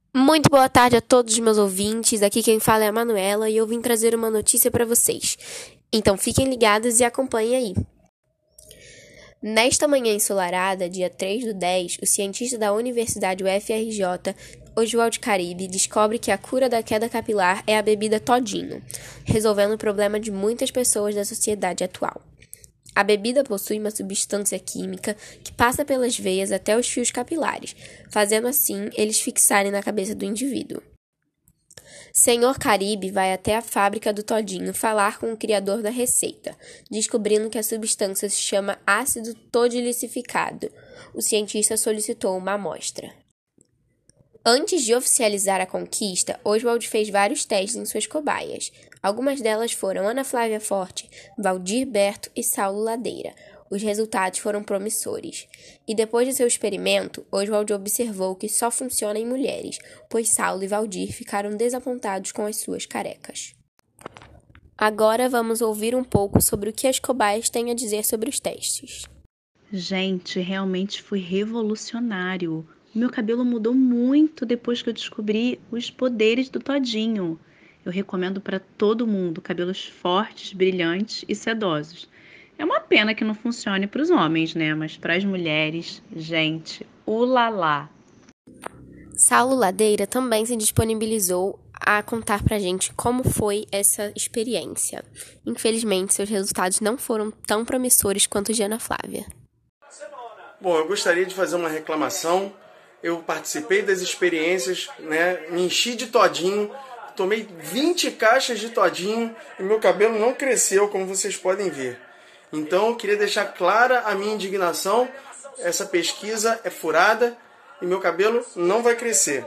Muito boa tarde a todos os meus ouvintes. Aqui quem fala é a Manuela e eu vim trazer uma notícia para vocês. Então fiquem ligados e acompanhem aí. Nesta manhã ensolarada, dia 3/10, o cientista da Universidade UFRJ, Oswald Caribe, descobre que a cura da queda capilar é a bebida Todinho, resolvendo o problema de muitas pessoas da sociedade atual. A bebida possui uma substância química que passa pelas veias até os fios capilares, fazendo assim eles fixarem na cabeça do indivíduo. Senhor Caribe vai até a fábrica do Todinho falar com o criador da receita, descobrindo que a substância se chama ácido todilicificado. O cientista solicitou uma amostra. Antes de oficializar a conquista, Oswald fez vários testes em suas cobaias. Algumas delas foram Ana Flávia Forte, Valdir Berto e Saulo Ladeira. Os resultados foram promissores. E depois de seu experimento, Oswald observou que só funciona em mulheres, pois Saulo e Valdir ficaram desapontados com as suas carecas. Agora vamos ouvir um pouco sobre o que as cobaias têm a dizer sobre os testes. Gente, realmente foi revolucionário. O meu cabelo mudou muito depois que eu descobri os poderes do Todinho. Eu recomendo para todo mundo cabelos fortes, brilhantes e sedosos. É uma pena que não funcione para os homens, né? Mas para as mulheres, gente, ulalá! Saulo Ladeira também se disponibilizou a contar pra gente como foi essa experiência. Infelizmente, seus resultados não foram tão promissores quanto os de Ana Flávia. Bom, eu gostaria de fazer uma reclamação. Eu participei das experiências, me enchi de todinho, tomei 20 caixas de todinho e meu cabelo não cresceu, como vocês podem ver. Então, eu queria deixar clara a minha indignação. Essa pesquisa é furada e meu cabelo não vai crescer.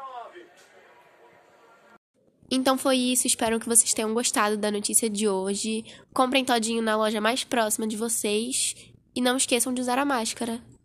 Então foi isso, espero que vocês tenham gostado da notícia de hoje. Comprem todinho na loja mais próxima de vocês e não esqueçam de usar a máscara.